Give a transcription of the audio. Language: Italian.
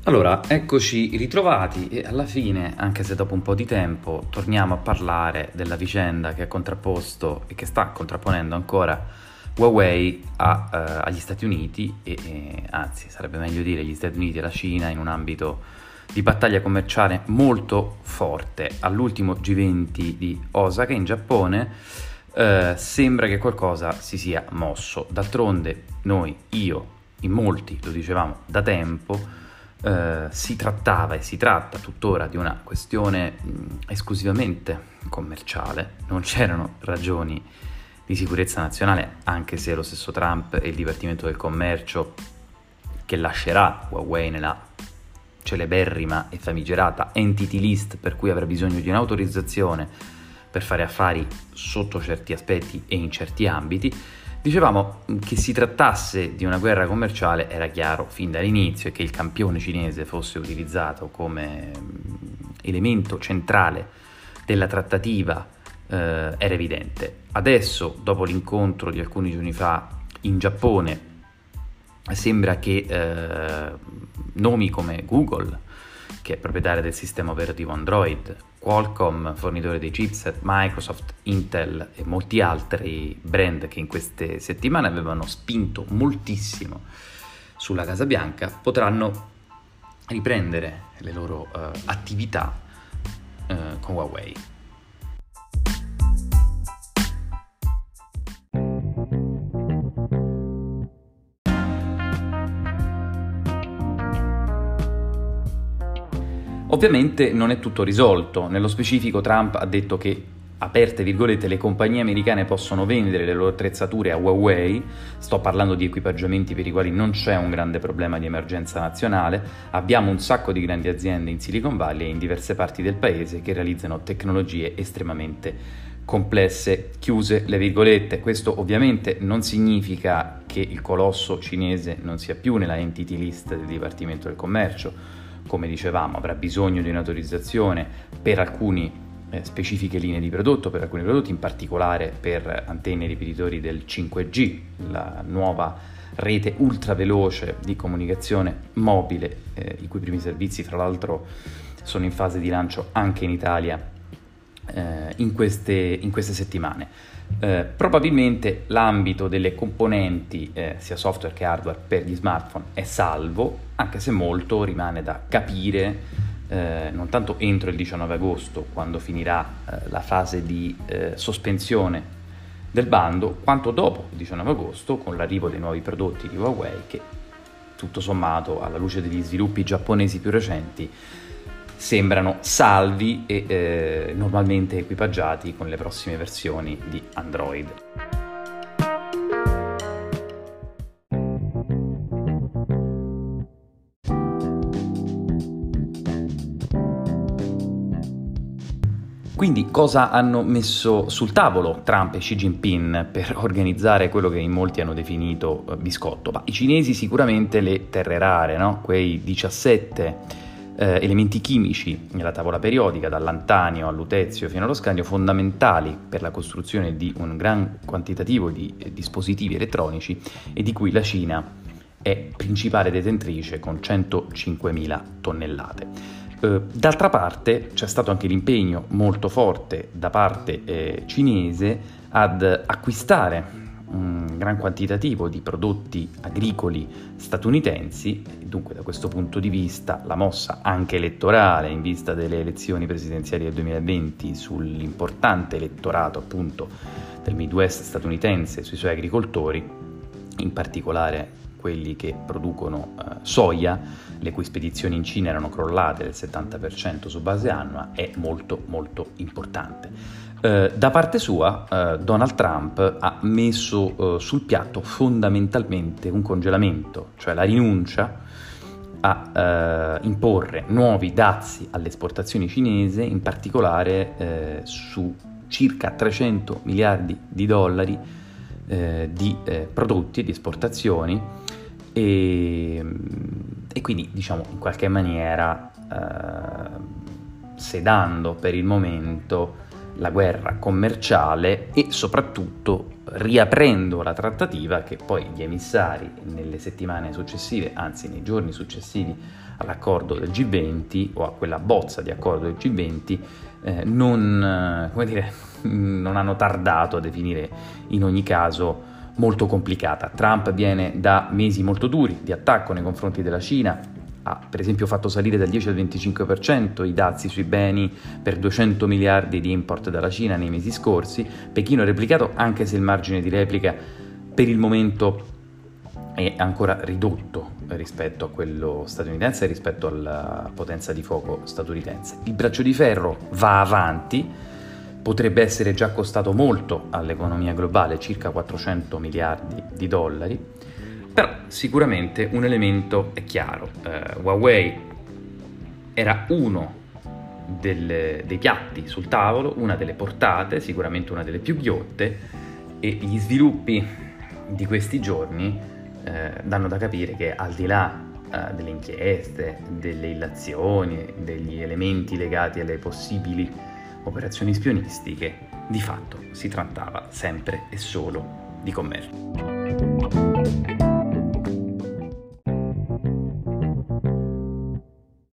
Allora, eccoci ritrovati e alla fine, anche se dopo un po' di tempo, torniamo a parlare della vicenda che ha contrapposto e che sta contrapponendo ancora Huawei agli Stati Uniti anzi, sarebbe meglio dire gli Stati Uniti e la Cina in un ambito di battaglia commerciale molto forte. All'ultimo G20 di Osaka in Giappone sembra che qualcosa si sia mosso. D'altronde in molti lo dicevamo da tempo. Si trattava e si tratta tuttora di una questione esclusivamente commerciale, non c'erano ragioni di sicurezza nazionale, anche se lo stesso Trump e il Dipartimento del Commercio, che lascerà Huawei nella celeberrima e famigerata entity list, per cui avrà bisogno di un'autorizzazione per fare affari sotto certi aspetti e in certi ambiti. Dicevamo che si trattasse di una guerra commerciale, era chiaro fin dall'inizio, e che il campione cinese fosse utilizzato come elemento centrale della trattativa era evidente. Adesso, dopo l'incontro di alcuni giorni fa in Giappone, sembra che nomi come Google, che è proprietaria del sistema operativo Android, Qualcomm, fornitore dei chipset, Microsoft, Intel e molti altri brand che in queste settimane avevano spinto moltissimo sulla Casa Bianca, potranno riprendere le loro attività con Huawei. Ovviamente non è tutto risolto. Nello specifico Trump ha detto che, aperte virgolette, le compagnie americane possono vendere le loro attrezzature a Huawei. Sto parlando di equipaggiamenti per i quali non c'è un grande problema di emergenza nazionale. Abbiamo un sacco di grandi aziende in Silicon Valley e in diverse parti del paese che realizzano tecnologie estremamente complesse, chiuse le virgolette. Questo ovviamente non significa che il colosso cinese non sia più nella entity list del Dipartimento del Commercio. Come dicevamo, avrà bisogno di un'autorizzazione per alcune specifiche linee di prodotto, per alcuni prodotti, in particolare per antenne e ripetitori del 5G, la nuova rete ultraveloce di comunicazione mobile, i cui primi servizi tra l'altro sono in fase di lancio anche in Italia in queste settimane. Probabilmente l'ambito delle componenti sia software che hardware per gli smartphone è salvo, anche se molto rimane da capire, non tanto entro il 19 agosto, quando finirà la fase di sospensione del bando, quanto dopo il 19 agosto, con l'arrivo dei nuovi prodotti di Huawei che, tutto sommato, alla luce degli sviluppi giapponesi più recenti, sembrano salvi e normalmente equipaggiati con le prossime versioni di Android. Quindi cosa hanno messo sul tavolo Trump e Xi Jinping per organizzare quello che in molti hanno definito biscotto? I cinesi sicuramente le terre rare, no? Quei 17 elementi chimici nella tavola periodica, dall'antanio all'lutezio fino allo scandio, fondamentali per la costruzione di un gran quantitativo di dispositivi elettronici e di cui la Cina è principale detentrice con 105.000 tonnellate. D'altra parte c'è stato anche l'impegno molto forte da parte cinese ad acquistare un gran quantitativo di prodotti agricoli statunitensi. Dunque, da questo punto di vista, la mossa anche elettorale in vista delle elezioni presidenziali del 2020 sull'importante elettorato appunto del Midwest statunitense, sui suoi agricoltori, in particolare quelli che producono soia, le cui spedizioni in Cina erano crollate del 70% su base annua, è molto molto importante. Da parte sua, Donald Trump ha messo sul piatto fondamentalmente un congelamento, cioè la rinuncia a imporre nuovi dazi alle esportazioni cinese, in particolare su circa 300 miliardi di dollari di prodotti e di esportazioni, e quindi, diciamo, in qualche maniera sedando per il momento la guerra commerciale e soprattutto riaprendo la trattativa che poi gli emissari nelle settimane successive, anzi nei giorni successivi all'accordo del G20 o a quella bozza di accordo del G20 non hanno tardato a definire in ogni caso molto complicata. Trump viene da mesi molto duri di attacco nei confronti della Cina, ha per esempio fatto salire dal 10 al 25% i dazi sui beni per 200 miliardi di import dalla Cina nei mesi scorsi. Pechino ha replicato, anche se il margine di replica per il momento è ancora ridotto rispetto a quello statunitense e rispetto alla potenza di fuoco statunitense. Il braccio di ferro va avanti, potrebbe essere già costato molto all'economia globale, circa 400 miliardi di dollari, però sicuramente un elemento è chiaro. Huawei era uno dei piatti sul tavolo, una delle portate, sicuramente una delle più ghiotte, e gli sviluppi di questi giorni danno da capire che al di là delle inchieste, delle illazioni, degli elementi legati alle possibili operazioni spionistiche, di fatto si trattava sempre e solo di commercio.